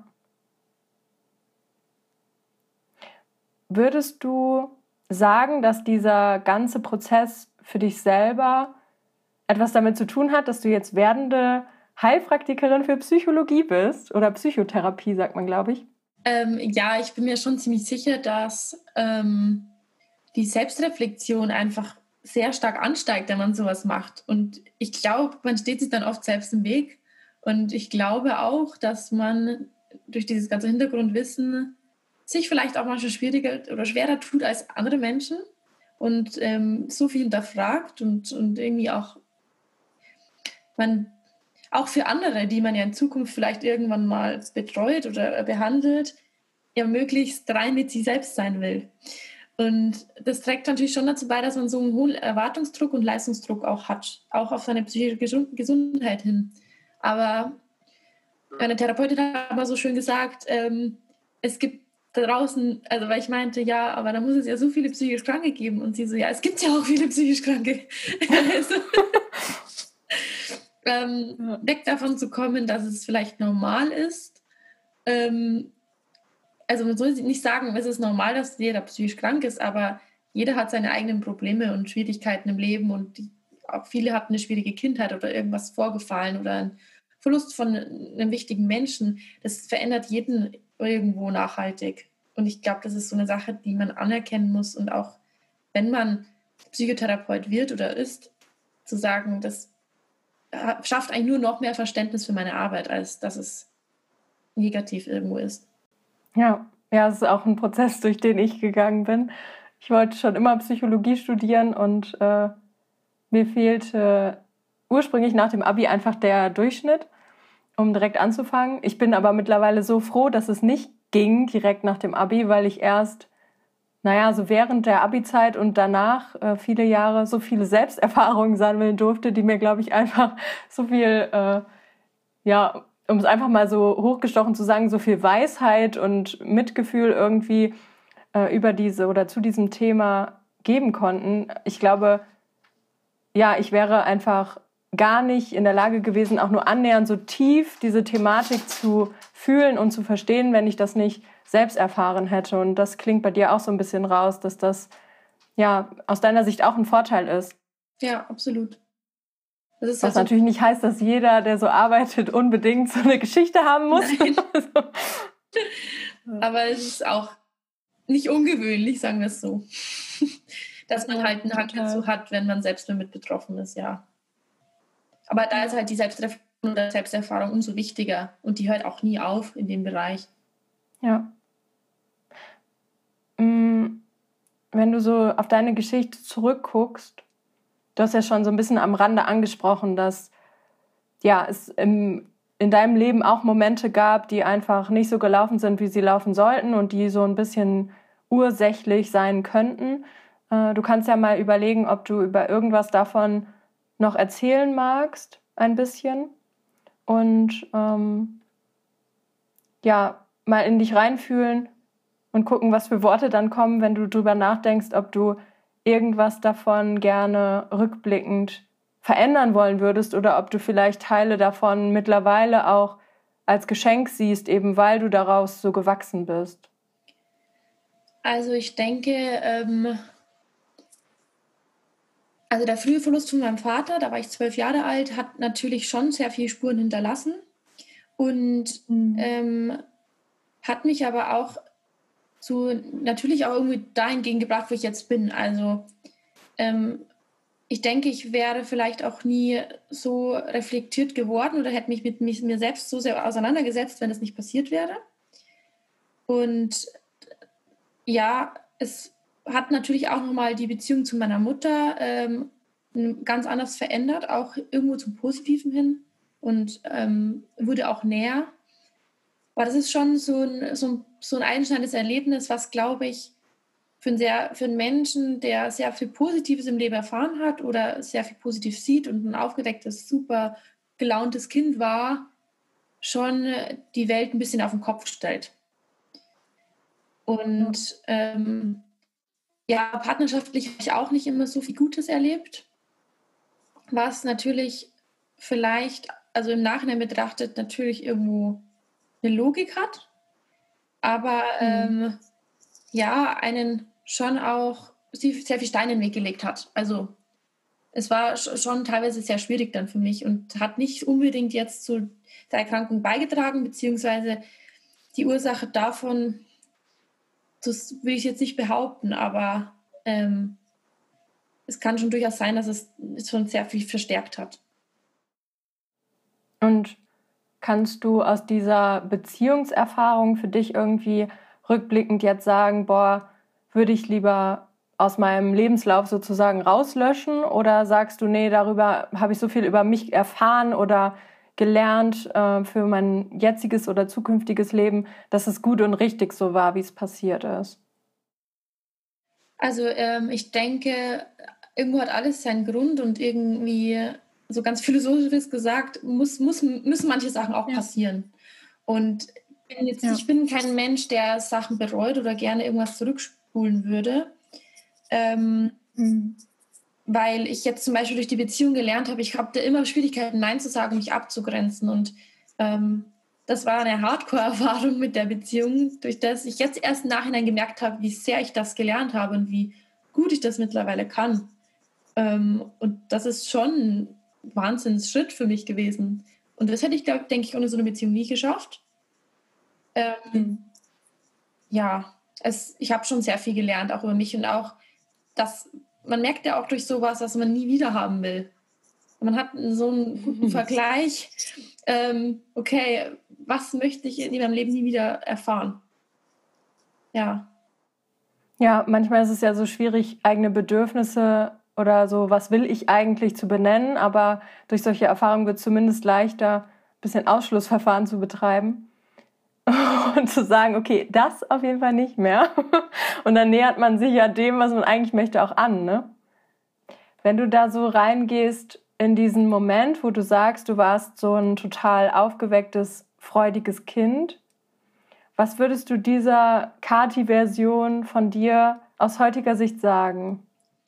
Würdest du sagen, dass dieser ganze Prozess für dich selber etwas damit zu tun hat, dass du jetzt werdende Heilpraktikerin für Psychologie bist? Oder Psychotherapie, sagt man, glaube ich. Ja, ich bin mir schon ziemlich sicher, dass die Selbstreflexion einfach sehr stark ansteigt, wenn man sowas macht. Und ich glaube, man steht sich dann oft selbst im Weg. Und ich glaube auch, dass man durch dieses ganze Hintergrundwissen sich vielleicht auch manchmal schwieriger oder schwerer tut als andere Menschen und so viel hinterfragt und irgendwie auch man auch für andere, die man ja in Zukunft vielleicht irgendwann mal betreut oder behandelt, ja möglichst rein mit sich selbst sein will. Und das trägt natürlich schon dazu bei, dass man so einen hohen Erwartungsdruck und Leistungsdruck auch hat, auch auf seine psychische Gesundheit hin. Aber eine Therapeutin hat mal so schön gesagt, es gibt da draußen, also weil ich meinte, ja, aber da muss es ja so viele psychisch Kranke geben. Und sie so, ja, es gibt ja auch viele psychisch Kranke. Weg davon zu kommen, dass es vielleicht normal ist. Also man soll nicht sagen, es ist normal, dass jeder psychisch krank ist, aber jeder hat seine eigenen Probleme und Schwierigkeiten im Leben und auch viele hatten eine schwierige Kindheit oder irgendwas vorgefallen oder ein Verlust von einem wichtigen Menschen. Das verändert jeden irgendwo nachhaltig. Und ich glaube, das ist so eine Sache, die man anerkennen muss und auch, wenn man Psychotherapeut wird oder ist, zu sagen, das schafft eigentlich nur noch mehr Verständnis für meine Arbeit, als dass es negativ irgendwo ist. Ja, es ist auch ein Prozess, durch den ich gegangen bin. Ich wollte schon immer Psychologie studieren und mir fehlte ursprünglich nach dem Abi einfach der Durchschnitt, um direkt anzufangen. Ich bin aber mittlerweile so froh, dass es nicht ging direkt nach dem Abi, weil ich erst so während der Abi-Zeit und danach viele Jahre so viele Selbsterfahrungen sammeln durfte, die mir, glaube ich, einfach so viel, um es einfach mal so hochgestochen zu sagen, so viel Weisheit und Mitgefühl irgendwie über diese oder zu diesem Thema geben konnten. Ich glaube, ich wäre einfach gar nicht in der Lage gewesen, auch nur annähernd so tief diese Thematik zu fühlen und zu verstehen, wenn ich das nicht selbst erfahren hätte. Und das klingt bei dir auch so ein bisschen raus, dass das aus deiner Sicht auch ein Vorteil ist. Ja, absolut. Das ist was also natürlich nicht heißt, dass jeder, der so arbeitet, unbedingt so eine Geschichte haben muss. Aber es ist auch nicht ungewöhnlich, sagen wir es so. Dass man halt einen Hang dazu hat, wenn man selbst damit betroffen ist, ja. Aber da ist halt die oder Selbsterfahrung umso wichtiger und die hört auch nie auf in dem Bereich. Ja. Wenn du so auf deine Geschichte zurückguckst, du hast ja schon so ein bisschen am Rande angesprochen, dass es in deinem Leben auch Momente gab, die einfach nicht so gelaufen sind, wie sie laufen sollten und die so ein bisschen ursächlich sein könnten. Du kannst ja mal überlegen, ob du über irgendwas davon noch erzählen magst, ein bisschen. Und mal in dich reinfühlen und gucken, was für Worte dann kommen, wenn du drüber nachdenkst, ob du irgendwas davon gerne rückblickend verändern wollen würdest oder ob du vielleicht Teile davon mittlerweile auch als Geschenk siehst, eben weil du daraus so gewachsen bist. Also ich denke, also der frühe Verlust von meinem Vater, da war ich 12 Jahre alt, hat natürlich schon sehr viele Spuren hinterlassen und hat mich aber auch so natürlich auch irgendwie dahingehend gebracht, wo ich jetzt bin. Also ich denke, ich wäre vielleicht auch nie so reflektiert geworden oder hätte mich mit mir selbst so sehr auseinandergesetzt, wenn es nicht passiert wäre. Und ja, es hat natürlich auch nochmal die Beziehung zu meiner Mutter ganz anders verändert, auch irgendwo zum Positiven hin und wurde auch näher. Aber das ist schon so ein einschneidendes Erlebnis, was, glaube ich, für einen Menschen, der sehr viel Positives im Leben erfahren hat oder sehr viel positiv sieht und ein aufgewecktes, super gelauntes Kind war, schon die Welt ein bisschen auf den Kopf stellt. Und partnerschaftlich habe ich auch nicht immer so viel Gutes erlebt, was natürlich vielleicht, also im Nachhinein betrachtet, natürlich irgendwo eine Logik hat, aber einen schon auch sehr viel Steine in den Weg gelegt hat. Also es war schon teilweise sehr schwierig dann für mich und hat nicht unbedingt jetzt zu der Erkrankung beigetragen, beziehungsweise die Ursache davon, das will ich jetzt nicht behaupten, aber es kann schon durchaus sein, dass es schon sehr viel verstärkt hat. Und kannst du aus dieser Beziehungserfahrung für dich irgendwie rückblickend jetzt sagen, würde ich lieber aus meinem Lebenslauf sozusagen rauslöschen? Oder sagst du, nee, darüber habe ich so viel über mich erfahren oder gelernt für mein jetziges oder zukünftiges Leben, dass es gut und richtig so war, wie es passiert ist? Also ich denke, irgendwo hat alles seinen Grund und irgendwie, so ganz philosophisch gesagt, müssen manche Sachen auch passieren. Und ich bin kein Mensch, der Sachen bereut oder gerne irgendwas zurückspulen würde. Weil ich jetzt zum Beispiel durch die Beziehung gelernt habe, ich hatte immer Schwierigkeiten, Nein zu sagen, mich abzugrenzen. Und das war eine Hardcore-Erfahrung mit der Beziehung, durch das ich jetzt erst im Nachhinein gemerkt habe, wie sehr ich das gelernt habe und wie gut ich das mittlerweile kann. Und das ist schon ein Wahnsinnsschritt für mich gewesen. Und das hätte ich, denke ich, ohne so eine Beziehung nie geschafft. Ich habe schon sehr viel gelernt, auch über mich und auch, dass man merkt ja auch durch sowas, dass man nie wieder haben will. Man hat so einen guten Vergleich. Okay, was möchte ich in meinem Leben nie wieder erfahren? Ja. Ja, manchmal ist es ja so schwierig, eigene Bedürfnisse oder so, was will ich eigentlich, zu benennen, aber durch solche Erfahrungen wird es zumindest leichter, ein bisschen Ausschlussverfahren zu betreiben und zu sagen, okay, das auf jeden Fall nicht mehr. Und dann nähert man sich ja dem, was man eigentlich möchte, auch an, ne? Wenn du da so reingehst in diesen Moment, wo du sagst, du warst so ein total aufgewecktes, freudiges Kind, was würdest du dieser Kathi-Version von dir aus heutiger Sicht sagen?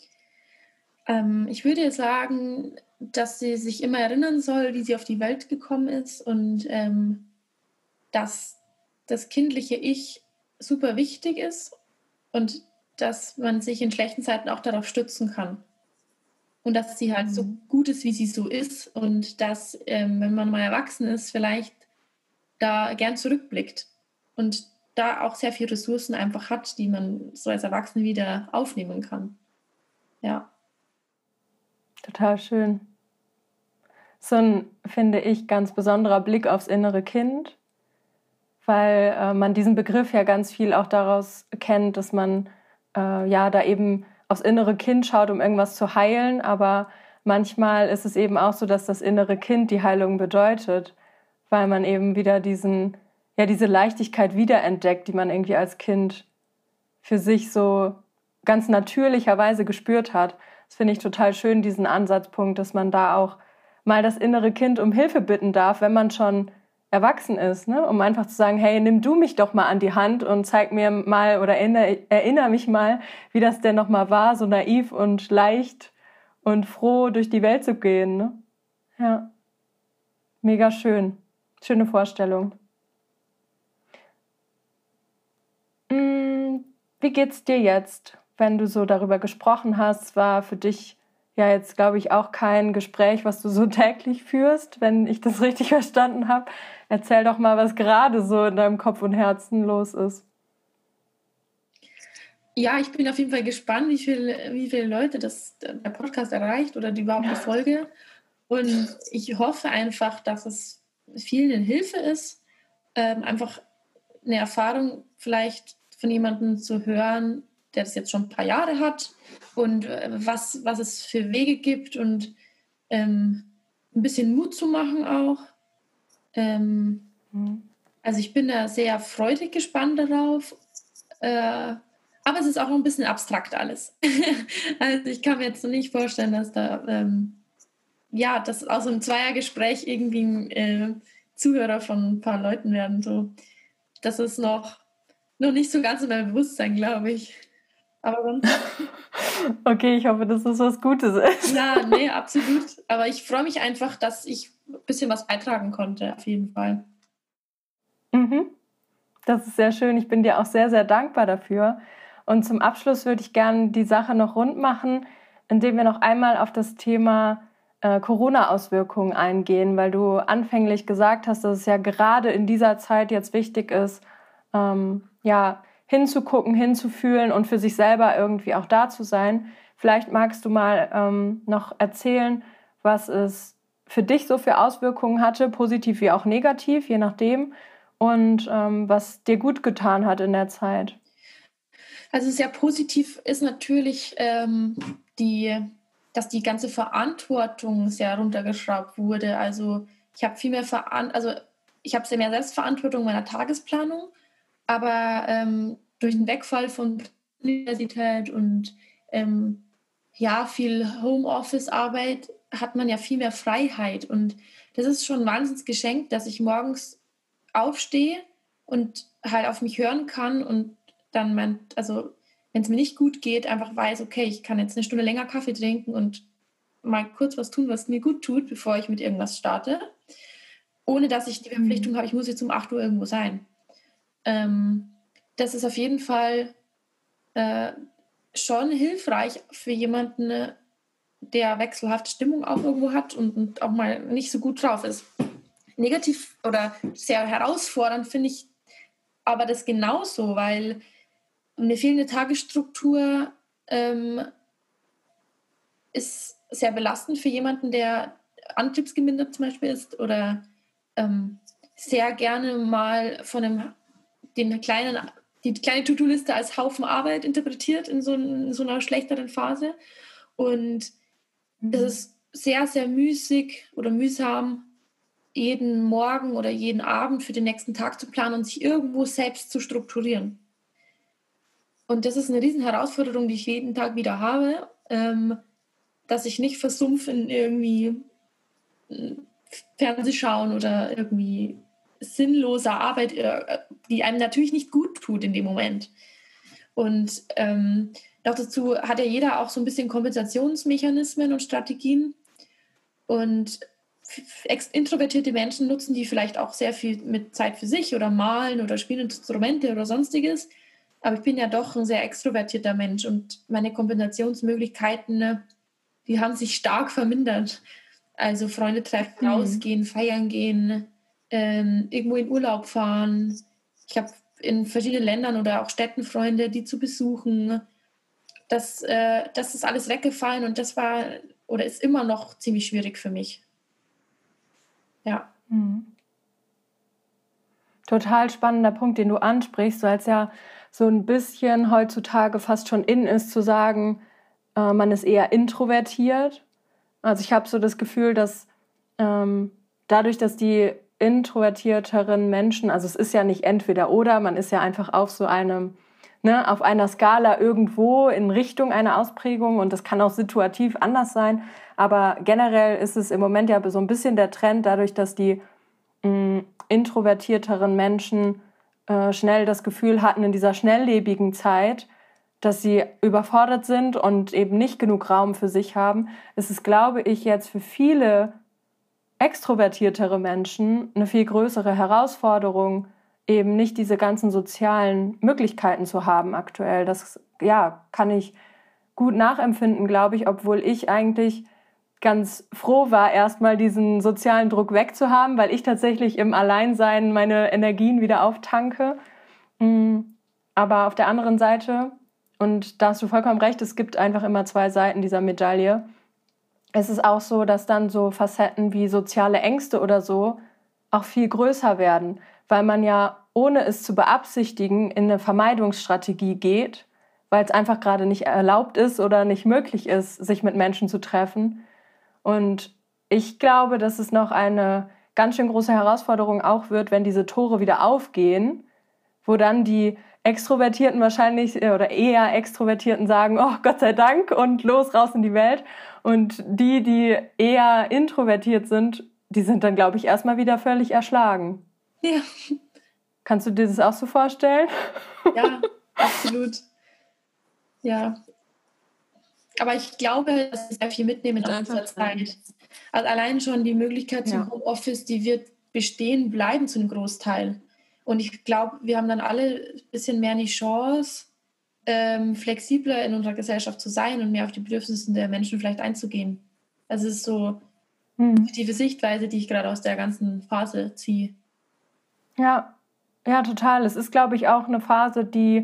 Ich würde sagen, dass sie sich immer erinnern soll, wie sie auf die Welt gekommen ist und dass das kindliche Ich super wichtig ist und dass man sich in schlechten Zeiten auch darauf stützen kann. Und dass sie halt so gut ist, wie sie so ist und dass, wenn man mal erwachsen ist, vielleicht da gern zurückblickt und da auch sehr viele Ressourcen einfach hat, die man so als Erwachsene wieder aufnehmen kann. Ja. Total schön. so ein, finde ich, ganz besonderer Blick aufs innere Kind, weil man diesen Begriff ja ganz viel auch daraus kennt, dass man ja da eben aufs innere Kind schaut, um irgendwas zu heilen, aber manchmal ist es eben auch so, dass das innere Kind die Heilung bedeutet, weil man eben wieder diese Leichtigkeit wiederentdeckt, die man irgendwie als Kind für sich so ganz natürlicherweise gespürt hat. Das finde ich total schön, diesen Ansatzpunkt, dass man da auch mal das innere Kind um Hilfe bitten darf, wenn man schon erwachsen ist, ne? Um einfach zu sagen, hey, nimm du mich doch mal an die Hand und zeig mir mal oder erinnere mich mal, wie das denn nochmal war, so naiv und leicht und froh durch die Welt zu gehen. Ne? Ja, mega schön. Schöne Vorstellung. Wie geht's dir jetzt, wenn du so darüber gesprochen hast? War für dich ja jetzt, glaube ich, auch kein Gespräch, was du so täglich führst, wenn ich das richtig verstanden habe. Erzähl doch mal, was gerade so in deinem Kopf und Herzen los ist. Ja, ich bin auf jeden Fall gespannt, wie viele Leute der Podcast erreicht oder die überhaupt die Folge. Und ich hoffe einfach, dass es vielen eine Hilfe ist, einfach eine Erfahrung vielleicht von jemandem zu hören, der das jetzt schon ein paar Jahre hat und was es für Wege gibt und ein bisschen Mut zu machen auch. Also ich bin da sehr freudig gespannt darauf, aber es ist auch ein bisschen abstrakt alles. Also ich kann mir jetzt noch nicht vorstellen, dass dass aus einem Zweiergespräch irgendwie ein Zuhörer von ein paar Leuten werden. So. Das ist noch nicht so ganz in meinem Bewusstsein, glaube ich. Aber sonst... Okay, ich hoffe, dass das was Gutes ist. Ja, nee, absolut. Aber ich freue mich einfach, dass ich ein bisschen was beitragen konnte, auf jeden Fall. Das ist sehr schön. Ich bin dir auch sehr, sehr dankbar dafür. Und zum Abschluss würde ich gerne die Sache noch rund machen, indem wir noch einmal auf das Thema Corona-Auswirkungen eingehen, weil du anfänglich gesagt hast, dass es ja gerade in dieser Zeit jetzt wichtig ist, hinzugucken, hinzufühlen und für sich selber irgendwie auch da zu sein. Vielleicht magst du mal noch erzählen, was es für dich so für Auswirkungen hatte, positiv wie auch negativ, je nachdem, und was dir gut getan hat in der Zeit. Also sehr positiv ist natürlich, dass die ganze Verantwortung sehr runtergeschraubt wurde. Also ich habe viel mehr ich habe sehr mehr Selbstverantwortung in meiner Tagesplanung, aber durch den Wegfall von Universität und viel Homeoffice-Arbeit hat man ja viel mehr Freiheit. Und das ist schon ein Wahnsinnsgeschenk, dass ich morgens aufstehe und halt auf mich hören kann und dann, wenn es mir nicht gut geht, einfach weiß, okay, ich kann jetzt eine Stunde länger Kaffee trinken und mal kurz was tun, was mir gut tut, bevor ich mit irgendwas starte, ohne dass ich die Verpflichtung habe, ich muss jetzt um 8 Uhr irgendwo sein. Das ist auf jeden Fall schon hilfreich für jemanden, der wechselhafte Stimmung auch irgendwo hat und auch mal nicht so gut drauf ist. Negativ oder sehr herausfordernd finde ich aber das genauso, weil eine fehlende Tagesstruktur ist sehr belastend für jemanden, der antriebsgemindert zum Beispiel ist oder sehr gerne mal die kleine To-Do-Liste als Haufen Arbeit interpretiert in so einer schlechteren Phase. Und es ist sehr, sehr müßig oder mühsam, jeden Morgen oder jeden Abend für den nächsten Tag zu planen und sich irgendwo selbst zu strukturieren. Und das ist eine riesen Herausforderung, die ich jeden Tag wieder habe, dass ich nicht versumpfe in irgendwie Fernsehschauen oder irgendwie sinnloser Arbeit, die einem natürlich nicht gut tut in dem Moment. Und auch dazu hat ja jeder auch so ein bisschen Kompensationsmechanismen und Strategien. Und introvertierte Menschen nutzen die vielleicht auch sehr viel mit Zeit für sich oder malen oder spielen Instrumente oder sonstiges. Aber ich bin ja doch ein sehr extrovertierter Mensch und meine Kompensationsmöglichkeiten, die haben sich stark vermindert. Also Freunde treffen, rausgehen, feiern gehen, irgendwo in Urlaub fahren. Ich habe in verschiedenen Ländern oder auch Städten Freunde, die zu besuchen. Das ist alles weggefallen und das war oder ist immer noch ziemlich schwierig für mich. Ja. Total spannender Punkt, den du ansprichst, weil es ja so ein bisschen heutzutage fast schon in ist, zu sagen, man ist eher introvertiert. Also ich habe so das Gefühl, dass dadurch, dass die introvertierteren Menschen, also es ist ja nicht entweder oder, man ist ja einfach auf so einem, auf einer Skala irgendwo in Richtung einer Ausprägung, und das kann auch situativ anders sein, aber generell ist es im Moment ja so ein bisschen der Trend, dadurch, dass die introvertierteren Menschen schnell das Gefühl hatten in dieser schnelllebigen Zeit, dass sie überfordert sind und eben nicht genug Raum für sich haben, ist es, glaube ich, jetzt für viele extrovertiertere Menschen eine viel größere Herausforderung, eben nicht diese ganzen sozialen Möglichkeiten zu haben aktuell. Das kann ich gut nachempfinden, glaube ich, obwohl ich eigentlich ganz froh war, erstmal diesen sozialen Druck wegzuhaben, weil ich tatsächlich im Alleinsein meine Energien wieder auftanke. Aber auf der anderen Seite, und da hast du vollkommen recht, es gibt einfach immer zwei Seiten dieser Medaille. Es ist auch so, dass dann so Facetten wie soziale Ängste oder so auch viel größer werden, weil man ja, ohne es zu beabsichtigen, in eine Vermeidungsstrategie geht, weil es einfach gerade nicht erlaubt ist oder nicht möglich ist, sich mit Menschen zu treffen. Und ich glaube, dass es noch eine ganz schön große Herausforderung auch wird, wenn diese Tore wieder aufgehen, wo dann die Extrovertierten wahrscheinlich oder eher Extrovertierten sagen, oh Gott sei Dank und los, raus in die Welt. Und die eher introvertiert sind, die sind dann, glaube ich, erstmal wieder völlig erschlagen. Ja. Kannst du dir das auch so vorstellen? Ja, absolut. Ja. Aber ich glaube, dass wir sehr viel mitnehmen aus dieser Zeit. Also allein schon die Möglichkeit zum Homeoffice, die wird bestehen bleiben zu einem Großteil. Und ich glaube, wir haben dann alle ein bisschen mehr die Chance, flexibler in unserer Gesellschaft zu sein und mehr auf die Bedürfnisse der Menschen vielleicht einzugehen. Das ist so eine positive Sichtweise, die ich gerade aus der ganzen Phase ziehe. Ja, total. Es ist, glaube ich, auch eine Phase, die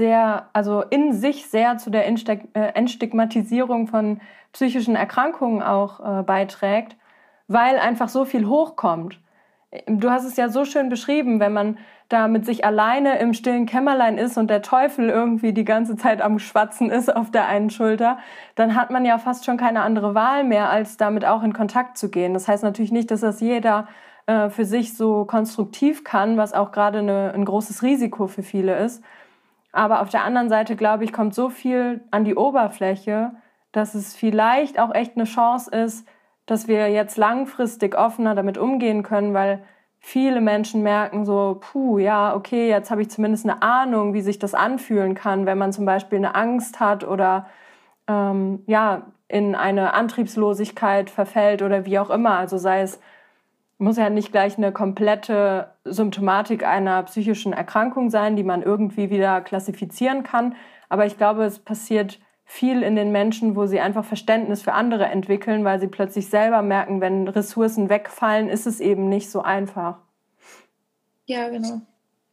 in sich sehr zu der Entstigmatisierung von psychischen Erkrankungen auch beiträgt, weil einfach so viel hochkommt. Du hast es ja so schön beschrieben, wenn man da mit sich alleine im stillen Kämmerlein ist und der Teufel irgendwie die ganze Zeit am Schwatzen ist auf der einen Schulter, dann hat man ja fast schon keine andere Wahl mehr, als damit auch in Kontakt zu gehen. Das heißt natürlich nicht, dass das jeder für sich so konstruktiv kann, was auch gerade ein großes Risiko für viele ist. Aber auf der anderen Seite, glaube ich, kommt so viel an die Oberfläche, dass es vielleicht auch echt eine Chance ist, dass wir jetzt langfristig offener damit umgehen können, weil viele Menschen merken so, jetzt habe ich zumindest eine Ahnung, wie sich das anfühlen kann, wenn man zum Beispiel eine Angst hat oder in eine Antriebslosigkeit verfällt oder wie auch immer. Also muss ja nicht gleich eine komplette Symptomatik einer psychischen Erkrankung sein, die man irgendwie wieder klassifizieren kann. Aber ich glaube, es passiert viel in den Menschen, wo sie einfach Verständnis für andere entwickeln, weil sie plötzlich selber merken, wenn Ressourcen wegfallen, ist es eben nicht so einfach. Ja, genau.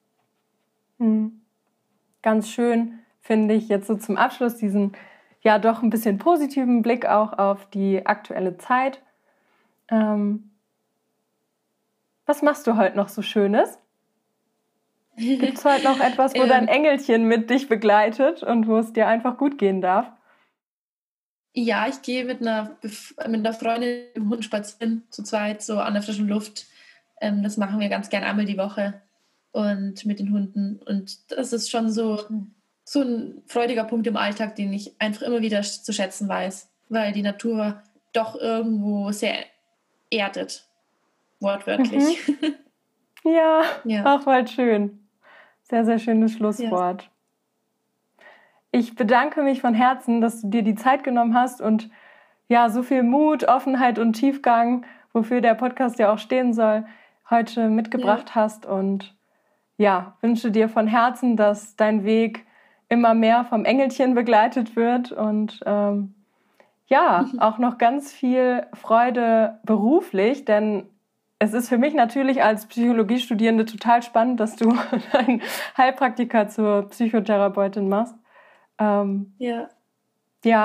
Ganz schön finde ich jetzt so zum Abschluss diesen doch ein bisschen positiven Blick auch auf die aktuelle Zeit. Was machst du heute noch so Schönes? Gibt es heute noch etwas, wo dein Engelchen mit dich begleitet und wo es dir einfach gut gehen darf? Ja, ich gehe mit einer Freundin im Hund spazieren, zu zweit, so an der frischen Luft. Das machen wir ganz gern einmal die Woche und mit den Hunden. Und das ist schon so ein freudiger Punkt im Alltag, den ich einfach immer wieder zu schätzen weiß, weil die Natur doch irgendwo sehr erdet. Wortwörtlich. Ja, auch voll schön. Sehr, sehr schönes Schlusswort. Ja. Ich bedanke mich von Herzen, dass du dir die Zeit genommen hast und so viel Mut, Offenheit und Tiefgang, wofür der Podcast ja auch stehen soll, heute mitgebracht hast. Und wünsche dir von Herzen, dass dein Weg immer mehr vom Engelchen begleitet wird und auch noch ganz viel Freude beruflich, denn es ist für mich natürlich als Psychologiestudierende total spannend, dass du einen Heilpraktiker zur Psychotherapeutin machst.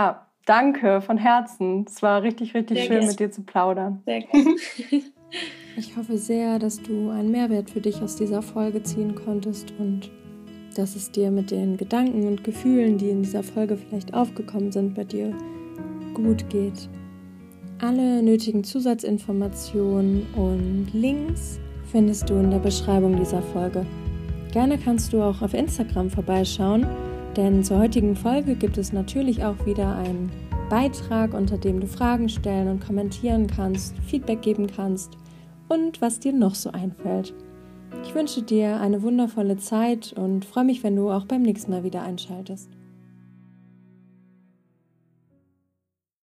Danke von Herzen. Es war richtig, richtig schön, mit dir zu plaudern. Sehr gerne. Ich hoffe sehr, dass du einen Mehrwert für dich aus dieser Folge ziehen konntest und dass es dir mit den Gedanken und Gefühlen, die in dieser Folge vielleicht aufgekommen sind, bei dir gut geht. Alle nötigen Zusatzinformationen und Links findest du in der Beschreibung dieser Folge. Gerne kannst du auch auf Instagram vorbeischauen, denn zur heutigen Folge gibt es natürlich auch wieder einen Beitrag, unter dem du Fragen stellen und kommentieren kannst, Feedback geben kannst und was dir noch so einfällt. Ich wünsche dir eine wundervolle Zeit und freue mich, wenn du auch beim nächsten Mal wieder einschaltest.